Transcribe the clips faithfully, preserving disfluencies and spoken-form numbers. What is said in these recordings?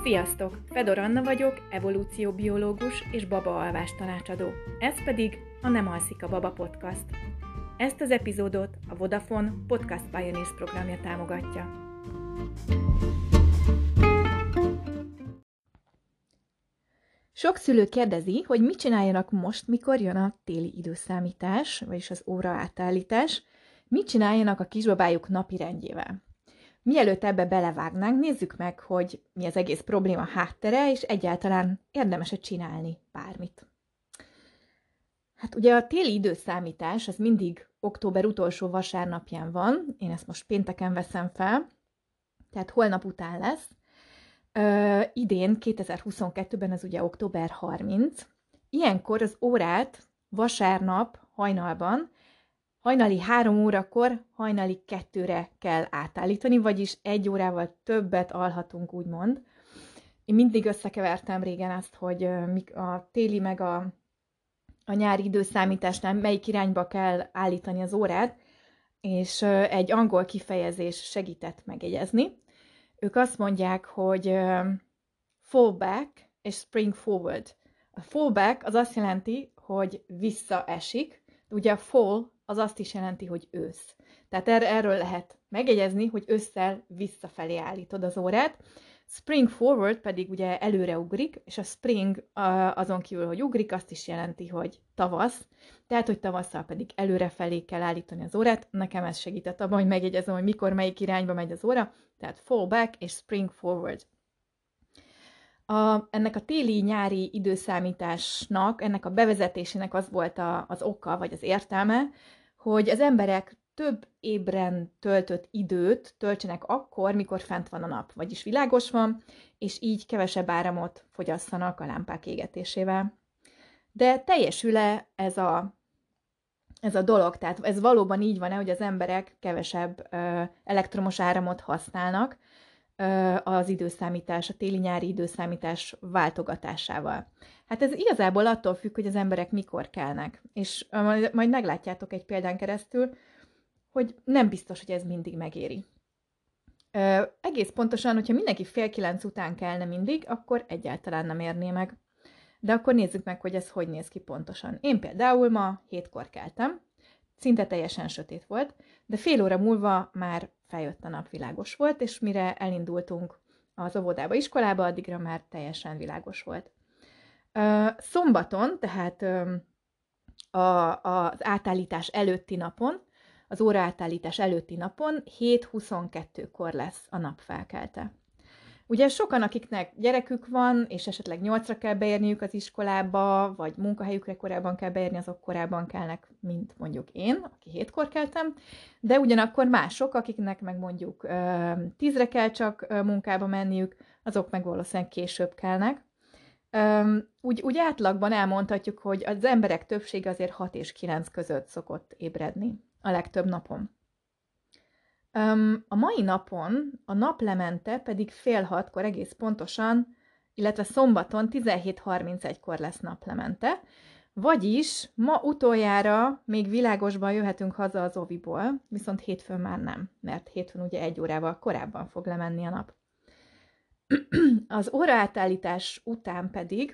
Sziasztok! Fedor Anna vagyok, evolúcióbiológus és babaalvás tanácsadó. Ez pedig a Nem alszik a baba podcast. Ezt az epizódot a Vodafone Podcast Pioneers programja támogatja. Sok szülő kérdezi, hogy mit csináljanak most, mikor jön a téli időszámítás, vagyis az óra átállítás, mit csináljanak a kisbabájuk napirendjével. Mielőtt ebbe belevágnánk, nézzük meg, hogy mi az egész probléma háttere, és egyáltalán érdemes-e csinálni bármit. Hát ugye a téli időszámítás az mindig október utolsó vasárnapján van, én ezt most pénteken veszem fel, tehát holnap után lesz. Ö, idén, kétezer-huszonkettőben ez ugye október harmincadika. Ilyenkor az órát vasárnap hajnalban, hajnali három órakor, hajnali kettőre kell átállítani, vagyis egy órával többet alhatunk, úgymond. Én mindig összekevertem régen azt, hogy a téli meg a, a nyári időszámításnál melyik irányba kell állítani az órát, és egy angol kifejezés segített megjegyezni. Ők azt mondják, hogy fall back és spring forward. A fall back az azt jelenti, hogy visszaesik, de ugye a fall az azt is jelenti, hogy ősz. Tehát er- erről lehet megjegyezni, hogy ősszel visszafelé állítod az órát. Spring forward pedig ugye előre ugrik, és a spring azon kívül, hogy ugrik, azt is jelenti, hogy tavasz. Tehát, hogy tavasszal pedig előrefelé kell állítani az órát. Nekem ez segített abban, hogy megjegyezem, hogy mikor, melyik irányba megy az óra. Tehát fall back és spring forward. A, ennek a téli-nyári időszámításnak, ennek a bevezetésének az volt a, az oka, vagy az értelme, hogy az emberek több ébren töltött időt töltsenek akkor, mikor fent van a nap, vagyis világos van, és így kevesebb áramot fogyasszanak a lámpák égetésével. De teljesül-e ez a, ez a dolog? Tehát ez valóban így van-e, hogy az emberek kevesebb ö, elektromos áramot használnak ö, az időszámítás, a téli-nyári időszámítás váltogatásával? Hát ez igazából attól függ, hogy az emberek mikor kelnek. És majd, majd meglátjátok egy példán keresztül, hogy nem biztos, hogy ez mindig megéri. Ö, egész pontosan, hogyha mindenki fél kilenc után kelne mindig, akkor egyáltalán nem érné meg. De akkor nézzük meg, hogy ez hogy néz ki pontosan. Én például ma hétkor keltem, szinte teljesen sötét volt, de fél óra múlva már feljött a nap, világos volt, és mire elindultunk az óvodába, iskolába, addigra már teljesen világos volt. Ö, szombaton, tehát ö, a, az átállítás előtti napon, az óra átállítás előtti napon hét huszonkettőkor lesz a nap felkelte. Ugye sokan, akiknek gyerekük van, és esetleg nyolcra kell beérniük az iskolába, vagy munkahelyükre korábban kell beérni, azok korábban kelnek, mint mondjuk én, aki hétkor keltem, de ugyanakkor mások, akiknek meg mondjuk tízre kell csak munkába menniük, azok meg valószínűleg később kelnek. Úgy, úgy átlagban elmondhatjuk, hogy az emberek többsége azért hat és kilenc között szokott ébredni a legtöbb napon. A mai napon a naplemente pedig fél hatkor egész pontosan, illetve szombaton tizenhét harmincegykor lesz naplemente, vagyis ma utoljára még világosban jöhetünk haza az oviból, viszont hétfőn már nem, mert hétfőn ugye egy órával korábban fog lemenni a nap. Az óraátállítás után pedig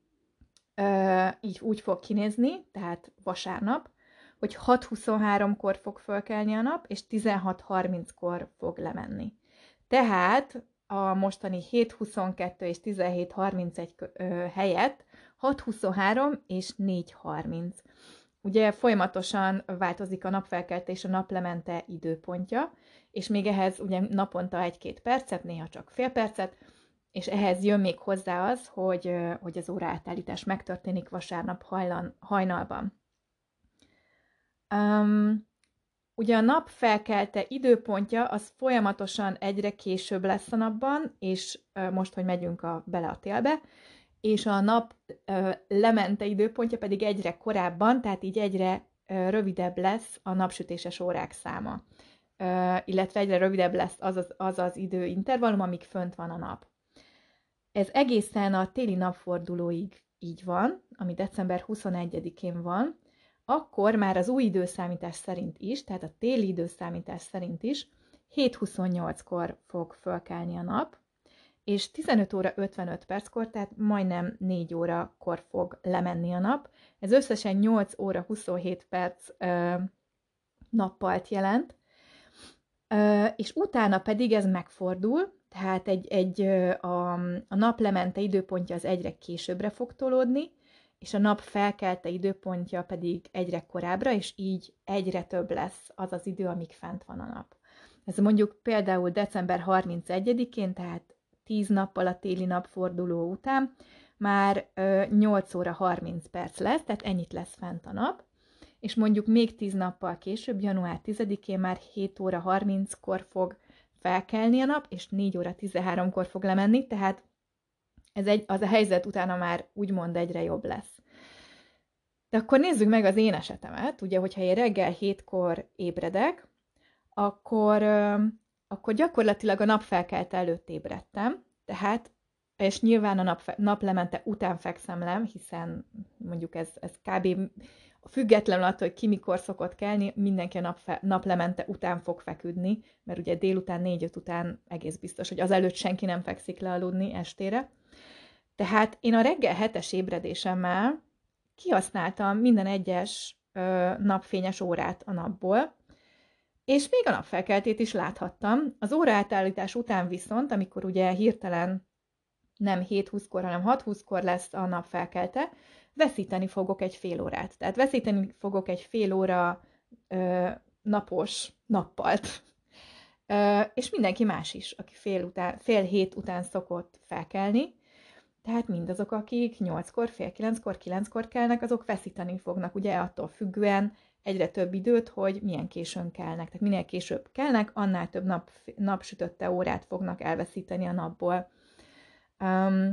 így úgy fog kinézni, tehát vasárnap, hogy hat huszonháromkor fog fölkelni a nap, és tizenhat harminckor fog lemenni. Tehát a mostani hét huszonkettő és tizenhét harmincegy helyett hat huszonhárom és négy harminc. Ugye folyamatosan változik a napfelkelte és a naplemente időpontja, és még ehhez ugye naponta egy-két percet, néha csak fél percet, és ehhez jön még hozzá az, hogy, hogy az óraátállítás megtörténik vasárnap hajlan, hajnalban. Um, ugye a nap felkelte időpontja az folyamatosan egyre később lesz a napban, és uh, most, hogy megyünk a, bele a télbe, és a nap uh, lemente időpontja pedig egyre korábban, tehát így egyre uh, rövidebb lesz a napsütéses órák száma, uh, illetve egyre rövidebb lesz az az, az az időintervallum, amíg fönt van a nap. Ez egészen a téli napfordulóig így van, ami december huszonegyedikén van, akkor már az új időszámítás szerint is, tehát a téli időszámítás szerint is hét huszonnyolckor fog fölkelni a nap, és tizenöt óra ötvenöt perckor, tehát majdnem négy órakor fog lemenni a nap. Ez összesen nyolc óra huszonhét perc ö, nappalt jelent, ö, és utána pedig ez megfordul, tehát egy, egy, ö, a, a naplemente időpontja az egyre későbbre fog tolódni, és a nap felkelte időpontja pedig egyre korábbra, és így egyre több lesz az az idő, amíg fent van a nap. Ez mondjuk például december harmincegyedikén, tehát tíz nappal a téli napforduló után már ö, nyolc óra harminc perc lesz, tehát ennyit lesz fent a nap, és mondjuk még tíz nappal később, január tizedikén már hét óra harminckor fog felkelni a nap, és négy óra tizenháromkor fog lemenni, tehát ez egy, az a helyzet utána már úgymond egyre jobb lesz. De akkor nézzük meg az én esetemet, ugye, hogyha én reggel hétkor ébredek, akkor, akkor gyakorlatilag a napfelkelte előtt ébredtem, tehát, és nyilván a nap, naplemente után fekszem le, hiszen mondjuk ez, ez kb. Függetlenül attól, hogy ki mikor szokott kelni, mindenki a napfe, naplemente után fog feküdni, mert ugye délután négy-öt után egész biztos, hogy azelőtt senki nem fekszik le aludni estére. Tehát én a reggel hetes ébredésemmel kihasználtam minden egyes ö, napfényes órát a napból, és még a napfelkeltét is láthattam. Az óraátállítás után viszont, amikor ugye hirtelen nem hét húszkor, hanem hat húszkor lesz a napfelkelte, veszíteni fogok egy fél órát. Tehát veszíteni fogok egy fél óra ö, napos nappalt. Ö, és mindenki más is, aki fél, után, fél hét után szokott felkelni, tehát mindazok, akik nyolckor, fél kilenckor, kilenckor kelnek, azok veszíteni fognak, ugye attól függően egyre több időt, hogy milyen későn kelnek. Tehát minél később kelnek, annál több nap, napsütötte órát fognak elveszíteni a napból. Um,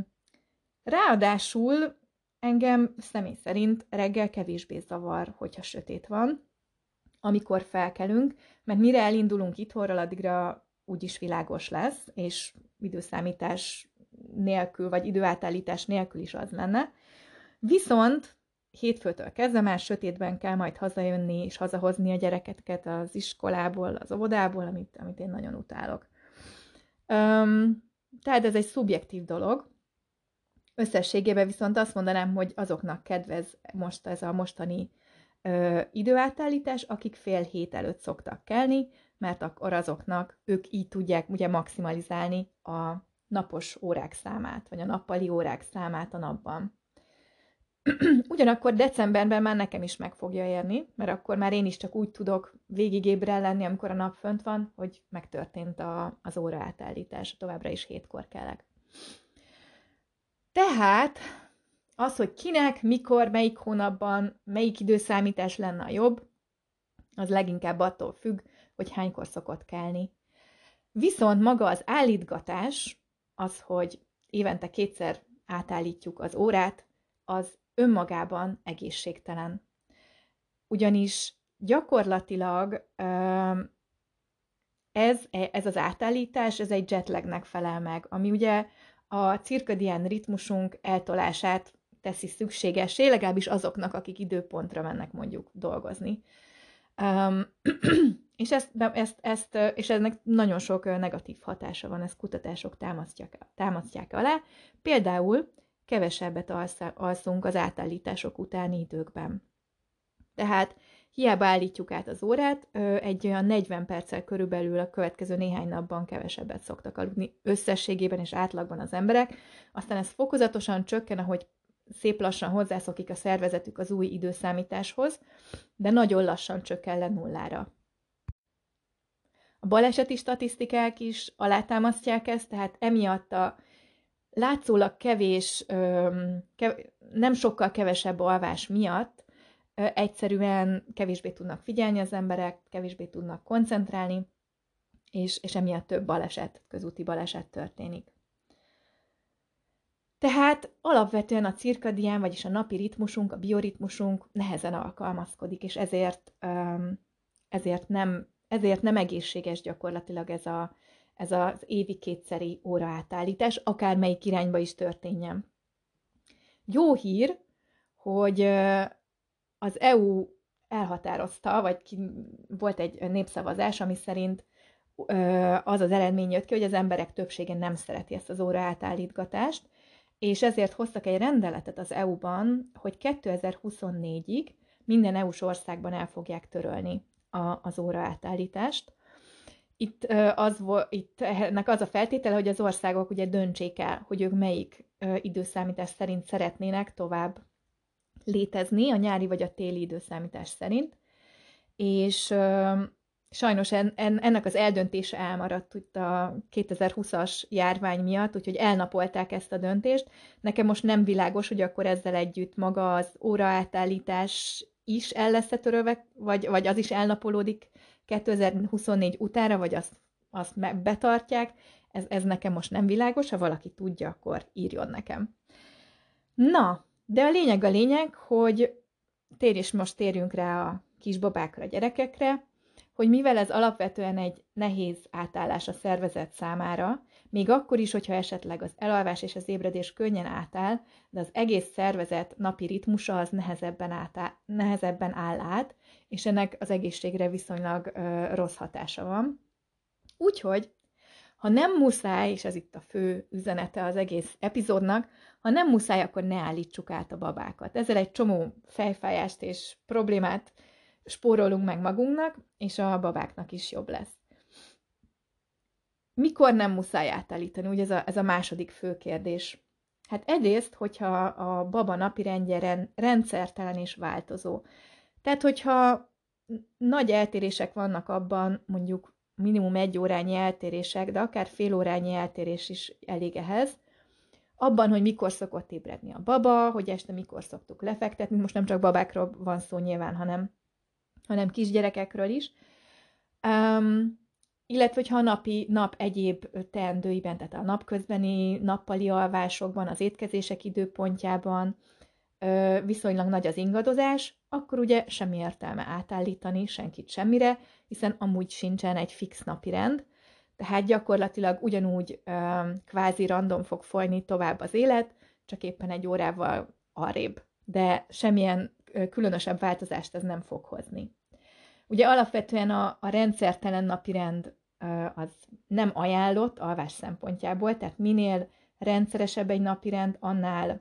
ráadásul engem személy szerint reggel kevésbé zavar, hogyha sötét van, amikor felkelünk, mert mire elindulunk itthonról, addigra úgyis világos lesz, és időszámítás nélkül, vagy időátállítás nélkül is az lenne. Viszont hétfőtől kezdve már sötétben kell majd hazajönni, és hazahozni a gyerekeket az iskolából, az óvodából, amit, amit én nagyon utálok. Um, tehát ez egy szubjektív dolog. Összességében viszont azt mondanám, hogy azoknak kedvez most ez a mostani ö, időátállítás, akik fél hét előtt szoktak kelni, mert akkor azoknak ők így tudják ugye maximalizálni a napos órák számát, vagy a nappali órák számát a napban. Ugyanakkor decemberben már nekem is meg fogja érni, mert akkor már én is csak úgy tudok végig ébren lenni, amikor a nap fönt van, hogy megtörtént a, az óraátállítás, továbbra is hétkor kelek. Tehát az, hogy kinek, mikor, melyik hónapban, melyik időszámítás lenne a jobb, az leginkább attól függ, hogy hánykor szokott kelni. Viszont maga az állítgatás, az, hogy évente kétszer átállítjuk az órát, az önmagában egészségtelen. Ugyanis gyakorlatilag ez, ez az átállítás, ez egy jetlagnek felel meg, ami ugye a cirkadián ritmusunk eltolását teszi szükségessé, legalábbis azoknak, akik időpontra mennek mondjuk dolgozni. Um, és, ezt, ezt, ezt, és ennek nagyon sok negatív hatása van, ezt kutatások támasztják, támasztják alá. Például kevesebbet alszunk az átállítások utáni időkben. Tehát hiába állítjuk át az órát, egy olyan negyven perccel körülbelül a következő néhány napban kevesebbet szoktak aludni összességében és átlagban az emberek. Aztán ez fokozatosan csökken, ahogy szép lassan hozzászokik a szervezetük az új időszámításhoz, de nagyon lassan csökken le nullára. A baleseti statisztikák is alátámasztják ezt, tehát emiatt a látszólag kevés, nem sokkal kevesebb alvás miatt egyszerűen kevésbé tudnak figyelni az emberek, kevésbé tudnak koncentrálni, és, és emiatt több baleset, közúti baleset történik. Tehát alapvetően a cirkadián, vagyis a napi ritmusunk, a bioritmusunk nehezen alkalmazkodik, és ezért, ezért, nem, ezért nem egészséges gyakorlatilag ez, a, ez az évi kétszeri óraátállítás, akármelyik irányba is történjen. Jó hír, hogy az é u elhatározta, vagy ki, volt egy népszavazás, ami szerint az az eredmény jött ki, hogy az emberek többsége nem szereti ezt az óra átállítgatást, és ezért hoztak egy rendeletet az é u-ban, hogy kétezer-huszonnégyig minden é u-s országban el fogják törölni a, az óra átállítást. Itt, az, itt ennek az a feltétele, hogy az országok ugye döntsék el, hogy ők melyik időszámítás szerint szeretnének tovább létezni, a nyári vagy a téli időszámítás szerint, és sajnos en, en, ennek az eldöntése elmaradt itt a kétezer-húszas járvány miatt, úgyhogy elnapolták ezt a döntést. Nekem most nem világos, hogy akkor ezzel együtt maga az óraátállítás is el lesz törölve, vagy, vagy az is elnapolódik kétezer-huszonnégy utára, vagy azt, azt betartják. Ez, ez nekem most nem világos, ha valaki tudja, akkor írjon nekem. Na, de a lényeg a lényeg, hogy tér is most térjünk rá a kisbabákra, a gyerekekre, hogy mivel ez alapvetően egy nehéz átállás a szervezet számára, még akkor is, hogyha esetleg az elalvás és az ébredés könnyen átáll, de az egész szervezet napi ritmusa az nehezebben, átáll, nehezebben áll át, és ennek az egészségre viszonylag ö, rossz hatása van. Úgyhogy, ha nem muszáj, és ez itt a fő üzenete az egész epizódnak, ha nem muszáj, akkor ne állítsuk át a babákat. Ezzel egy csomó fejfájást és problémát spórolunk meg magunknak, és a babáknak is jobb lesz. Mikor nem muszáj átállítani? Ugye ez a, ez a második fő kérdés. Hát egyrészt, hogyha a baba napirendje rendszertelen és változó. Tehát, hogyha nagy eltérések vannak abban, mondjuk minimum egy órányi eltérések, de akár fél órányi eltérés is elég ehhez, abban, hogy mikor szokott ébredni a baba, hogy este mikor szoktuk lefektetni, most nem csak babákról van szó nyilván, hanem hanem kisgyerekekről is, um, illetve hogyha a napi nap egyéb teendőiben, tehát a napközbeni, nappali alvásokban, az étkezések időpontjában ö, viszonylag nagy az ingadozás, akkor ugye semmi értelme átállítani senkit semmire, hiszen amúgy sincsen egy fix napirend, tehát gyakorlatilag ugyanúgy ö, kvázi random fog folyni tovább az élet, csak éppen egy órával arrébb, de semmilyen ö, különösebb változást ez nem fog hozni. Ugye alapvetően a, a rendszertelen napirend az nem ajánlott alvás szempontjából, tehát minél rendszeresebb egy napirend, annál,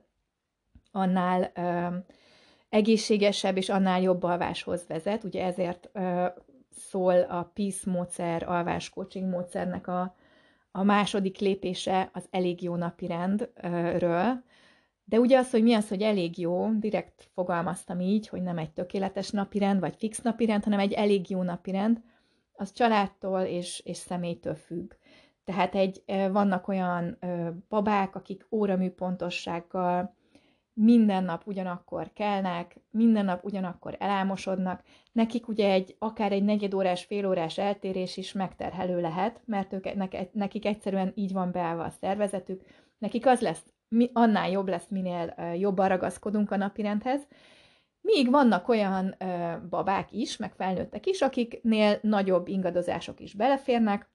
annál ö, egészségesebb és annál jobb alváshoz vezet. Ugye ezért ö, szól a Peace módszer, alvás coaching módszernek a, a második lépése az elég jó napirendről. De ugye az, hogy mi az, hogy elég jó, direkt fogalmaztam így, hogy nem egy tökéletes napirend, vagy fix napirend, hanem egy elég jó napirend, az családtól és, és személytől függ. Tehát egy, vannak olyan babák, akik óramű pontossággal minden nap ugyanakkor kelnek, minden nap ugyanakkor elámosodnak. Nekik ugye egy, akár egy negyedórás, félórás eltérés is megterhelő lehet, mert ők, nekik egyszerűen így van beállva a szervezetük. Nekik az lesz, annál jobb lesz, minél jobban ragaszkodunk a napirendhez. Míg vannak olyan ö, babák is, meg felnőttek is, akiknél nagyobb ingadozások is beleférnek,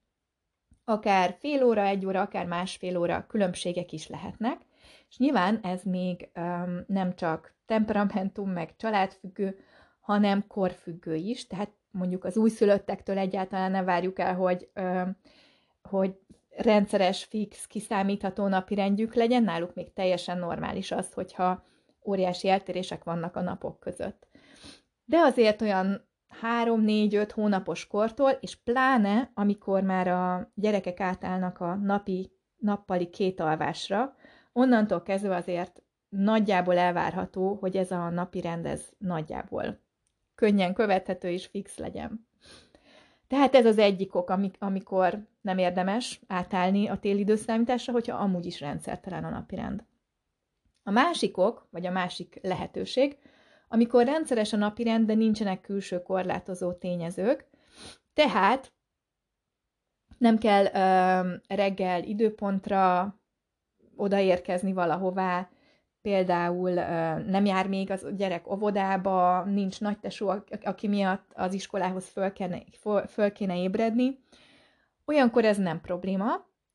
akár fél óra, egy óra, akár másfél óra különbségek is lehetnek, és nyilván ez még ö, nem csak temperamentum, meg családfüggő, hanem korfüggő is, tehát mondjuk az újszülöttektől egyáltalán ne várjuk el, hogy, ö, hogy rendszeres, fix, kiszámítható napirendjük legyen, náluk még teljesen normális az, hogyha óriási eltérések vannak a napok között. De azért olyan három négy öt hónapos kortól, és pláne, amikor már a gyerekek átállnak a napi, nappali két alvásra, onnantól kezdve azért nagyjából elvárható, hogy ez a napi rend, ez nagyjából könnyen követhető és fix legyen. Tehát ez az egyik ok, amikor nem érdemes átállni a téli időszámításra, hogyha amúgy is rendszertelen a napirend. A másik ok, vagy a másik lehetőség, amikor rendszeres a napirend, de nincsenek külső korlátozó tényezők, tehát nem kell ö, reggel időpontra odaérkezni valahová, például ö, nem jár még az gyerek óvodába, nincs nagytesó, aki miatt az iskolához föl kéne, föl kéne ébredni, olyankor ez nem probléma.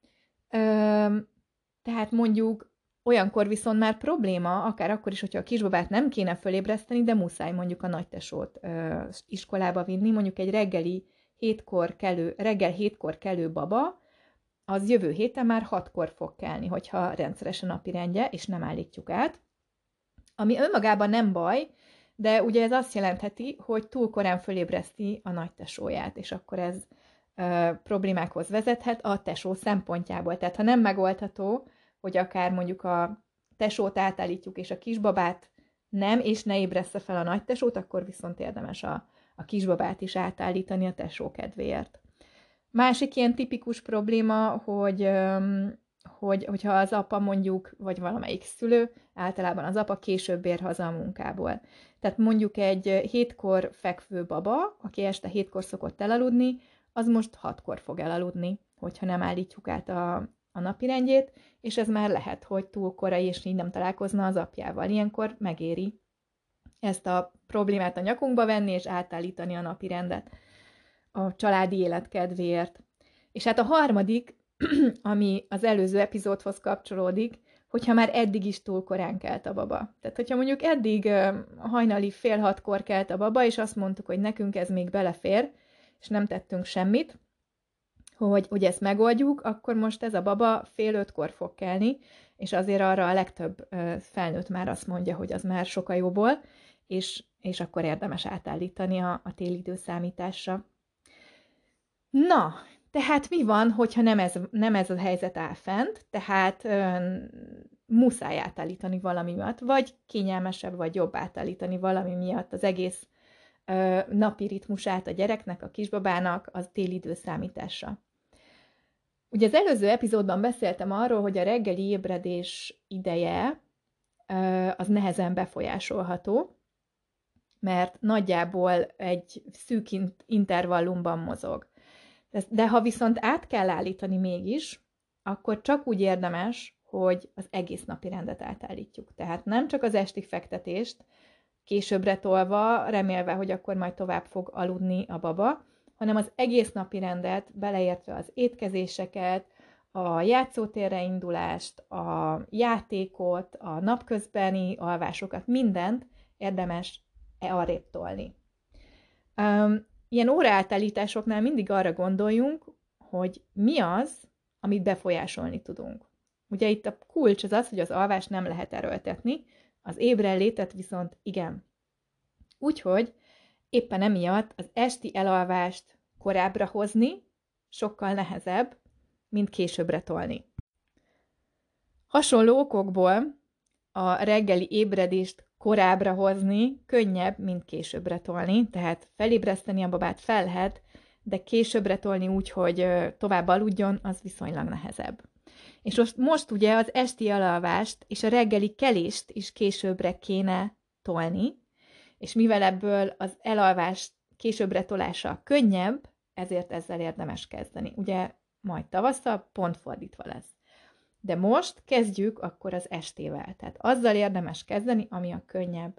Ö, tehát mondjuk olyankor viszont már probléma, akár akkor is, hogyha a kisbabát nem kéne fölébreszteni, de muszáj mondjuk a nagytesót ö, iskolába vinni, mondjuk egy reggeli hétkor kelő, reggel hétkor kelő baba, az jövő héten már hatkor fog kelni, hogyha rendszeres a napirendje, és nem állítjuk át. Ami önmagában nem baj, de ugye ez azt jelentheti, hogy túl korán fölébreszti a nagytesóját, és akkor ez ö, problémákhoz vezethet a tesó szempontjából. Tehát ha nem megoldható, hogy akár mondjuk a tesót átállítjuk, és a kisbabát nem, és ne ébressze fel a nagytesót, akkor viszont érdemes a, a kisbabát is átállítani a tesó kedvéért. Másik ilyen tipikus probléma, hogy, hogy, hogyha az apa mondjuk, vagy valamelyik szülő, általában az apa később ér haza a munkából. Tehát mondjuk egy hétkor fekvő baba, aki este hétkor szokott elaludni, az most hatkor fog elaludni, hogyha nem állítjuk át a, a napirendjét, és ez már lehet, hogy túl korai, és így nem találkozna az apjával. Ilyenkor megéri ezt a problémát a nyakunkba venni, és átállítani a napirendet a családi élet kedvéért. És hát a harmadik, ami az előző epizódhoz kapcsolódik, hogyha már eddig is túl korán kelt a baba. Tehát, hogyha mondjuk eddig uh, hajnali fél hatkor kelt a baba, és azt mondtuk, hogy nekünk ez még belefér, és nem tettünk semmit, hogy, hogy ezt megoldjuk, akkor most ez a baba fél ötkor fog kelni, és azért arra a legtöbb uh, felnőtt már azt mondja, hogy az már sokkal jóból, és, és akkor érdemes átállítani a, a téli időszámításra. Na, tehát mi van, hogyha nem ez, nem ez a helyzet áll fent, tehát ö, muszáj átállítani valami miatt, vagy kényelmesebb, vagy jobb átállítani valami miatt az egész ö, napi ritmusát a gyereknek, a kisbabának az téli időszámításra. Ugye az előző epizódban beszéltem arról, hogy a reggeli ébredés ideje ö, az nehezen befolyásolható, mert nagyjából egy szűk intervallumban mozog. De ha viszont át kell állítani mégis, akkor csak úgy érdemes, hogy az egész napi rendet átállítjuk. Tehát nem csak az esti fektetést későbbre tolva, remélve, hogy akkor majd tovább fog aludni a baba, hanem az egész napi rendet, beleértve az étkezéseket, a játszótérre indulást, a játékot, a napközbeni alvásokat, mindent érdemes arrébb tolni. Um, Ilyen óraátállításoknál mindig arra gondoljunk, hogy mi az, amit befolyásolni tudunk. Ugye itt a kulcs az az, hogy az alvást nem lehet erőltetni, az ébrenlétet viszont igen. Úgyhogy éppen emiatt az esti elalvást korábbra hozni sokkal nehezebb, mint későbbre tolni. Hasonló okokból a reggeli ébredést korábbra hozni könnyebb, mint későbbre tolni, tehát felébreszteni a babát fel lehet, de későbbre tolni úgy, hogy tovább aludjon, az viszonylag nehezebb. És most, most ugye az esti elalvást és a reggeli kelést is későbbre kéne tolni, és mivel ebből az elalvás későbbre tolása könnyebb, ezért ezzel érdemes kezdeni. Ugye majd tavasszal pont fordítva lesz. De most kezdjük akkor az estével. Tehát azzal érdemes kezdeni, ami a könnyebb.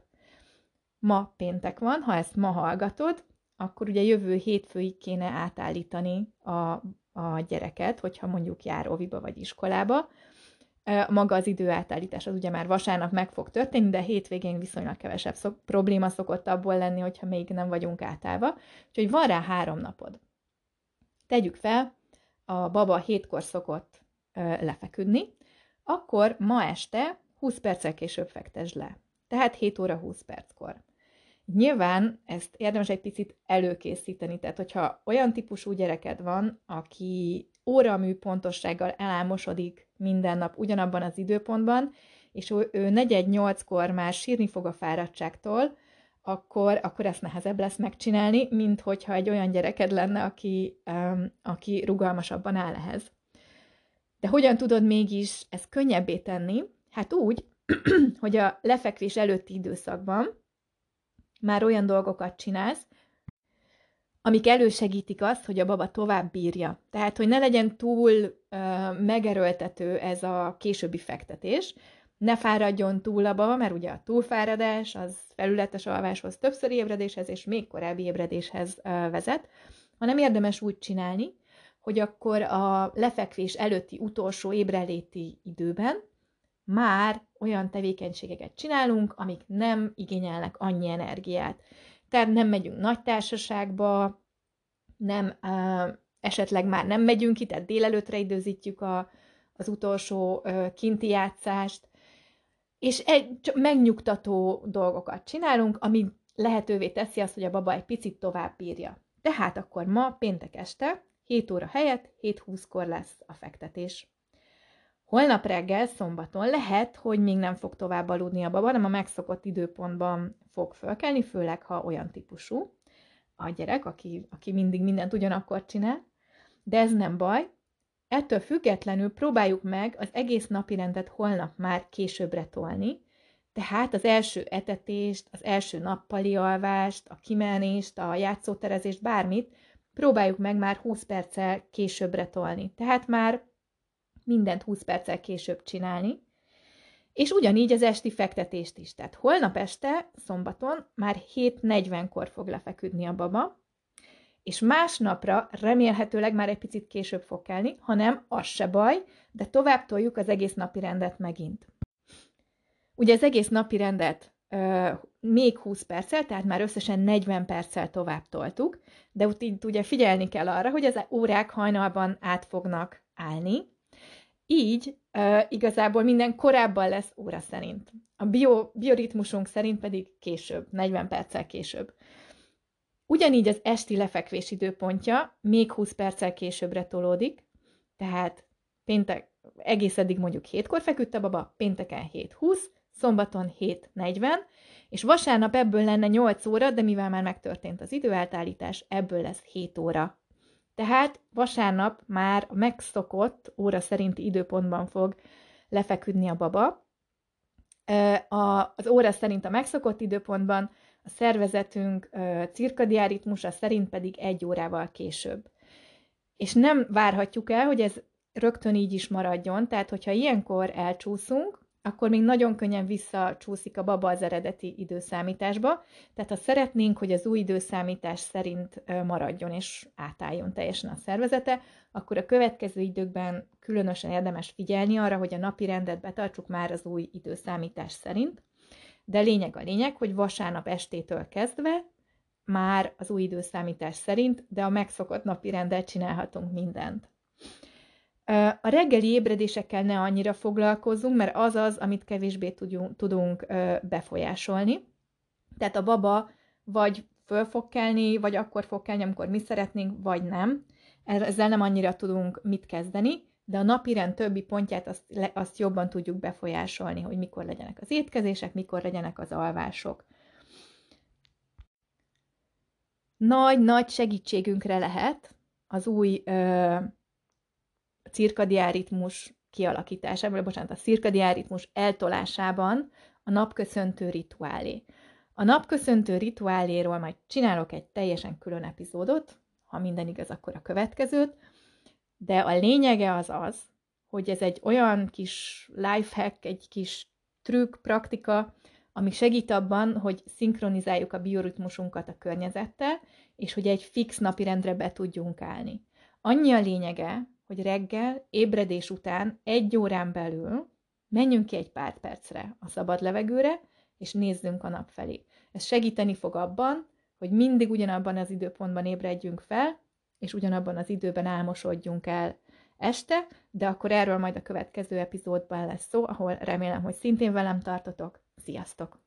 Ma péntek van, ha ezt ma hallgatod, akkor ugye jövő hétfőig kéne átállítani a, a gyereket, hogyha mondjuk jár óviba vagy iskolába. Maga az időátállítás az ugye már vasárnap meg fog történni, de hétvégén viszonylag kevesebb szok, probléma szokott abból lenni, hogyha még nem vagyunk átállva. Úgyhogy van rá három napod. Tegyük fel, a baba hétkor szokott lefeküdni, akkor ma este húsz perccel később fektesd le. Tehát hét óra húsz perckor. Nyilván ezt érdemes egy picit előkészíteni, tehát hogyha olyan típusú gyereked van, aki óramű pontossággal elálmosodik minden nap ugyanabban az időpontban, és ő negyed nyolckor már sírni fog a fáradtságtól, akkor, akkor ezt nehezebb lesz megcsinálni, mint hogyha egy olyan gyereked lenne, aki, um, aki rugalmasabban áll ehhez. De hogyan tudod mégis ezt könnyebbé tenni? Hát úgy, hogy a lefekvés előtti időszakban már olyan dolgokat csinálsz, amik elősegítik azt, hogy a baba tovább bírja. Tehát, hogy ne legyen túl uh, megerőltető ez a későbbi fektetés, ne fáradjon túl a baba, mert ugye a túlfáradás az felületes alváshoz, többszöri ébredéshez és még korábbi ébredéshez uh, vezet, hanem érdemes úgy csinálni, hogy akkor a lefekvés előtti utolsó ébrenléti időben már olyan tevékenységeket csinálunk, amik nem igényelnek annyi energiát. Tehát nem megyünk nagy társaságba, nem, uh, esetleg már nem megyünk ki, tehát délelőttre időzítjük a, az utolsó uh, kinti játszást, és egy, csak megnyugtató dolgokat csinálunk, ami lehetővé teszi azt, hogy a baba egy picit tovább bírja. Tehát akkor ma, péntek este, hét óra helyett hét húszkor lesz a fektetés. Holnap reggel, szombaton lehet, hogy még nem fog tovább aludni a baba, hanem a megszokott időpontban fog fölkelni, főleg ha olyan típusú a gyerek, aki, aki mindig mindent ugyanakkor csinál, de ez nem baj. Ettől függetlenül próbáljuk meg az egész napirendet holnap már későbbre tolni, tehát az első etetést, az első nappali alvást, a kimenést, a játszóterezést, bármit, próbáljuk meg már húsz perccel későbbre tolni. Tehát már mindent húsz perccel később csinálni, és ugyanígy az esti fektetést is. Tehát holnap este, szombaton már hét negyvenkor fog lefeküdni a baba, és másnapra remélhetőleg már egy picit később fog kelni, hanem az se baj, de tovább toljuk az egész napi rendet megint. Ugye az egész napi rendet euh, még húsz perccel, tehát már összesen negyven perccel tovább toltuk, de itt ugye figyelni kell arra, hogy az órák hajnalban át fognak állni, így uh, igazából minden korábban lesz óra szerint. A bio, bioritmusunk szerint pedig később, negyven perccel később. Ugyanígy az esti lefekvés időpontja még húsz perccel későbbre tolódik, tehát péntek, egész eddig mondjuk hétkor feküdt a baba, pénteken hét húsz, szombaton hét negyven, és vasárnap ebből lenne nyolc óra, de mivel már megtörtént az időátállítás, ebből lesz hét óra. Tehát vasárnap már a megszokott óra szerinti időpontban fog lefeküdni a baba. Az óra szerint a megszokott időpontban, a szervezetünk cirkadián ritmusa szerint pedig egy órával később. És nem várhatjuk el, hogy ez rögtön így is maradjon, tehát hogyha ilyenkor elcsúszunk, akkor még nagyon könnyen visszacsúszik a baba az eredeti időszámításba, tehát ha szeretnénk, hogy az új időszámítás szerint maradjon és átálljon teljesen a szervezete, akkor a következő időkben különösen érdemes figyelni arra, hogy a napi rendet betartsuk már az új időszámítás szerint, de lényeg a lényeg, hogy vasárnap estétől kezdve már az új időszámítás szerint, de a megszokott napi rendel csinálhatunk mindent. A reggeli ébredésekkel ne annyira foglalkozzunk, mert az az, amit kevésbé tudunk befolyásolni. Tehát a baba vagy föl fog kelni, vagy akkor fog kelni, amikor mi szeretnénk, vagy nem. Ezzel nem annyira tudunk mit kezdeni, de a napirend többi pontját azt, azt jobban tudjuk befolyásolni, hogy mikor legyenek az étkezések, mikor legyenek az alvások. Nagy-nagy segítségünkre lehet az új ö, cirkadián ritmus kialakításában, bocsánat, a cirkadián ritmus eltolásában a napköszöntő rituálé. A napköszöntő rituáléról majd csinálok egy teljesen külön epizódot, ha minden igaz, akkor a következőt, de a lényege az az, hogy ez egy olyan kis lifehack, egy kis trükk, praktika, ami segít abban, hogy szinkronizáljuk a bioritmusunkat a környezettel, és hogy egy fix napirendre be tudjunk állni. Annyi a lényege, hogy reggel, ébredés után egy órán belül menjünk ki egy pár percre a szabad levegőre, és nézzünk a nap felé. Ez segíteni fog abban, hogy mindig ugyanabban az időpontban ébredjünk fel, és ugyanabban az időben álmosodjunk el este, de akkor erről majd a következő epizódban lesz szó, ahol remélem, hogy szintén velem tartotok. Sziasztok!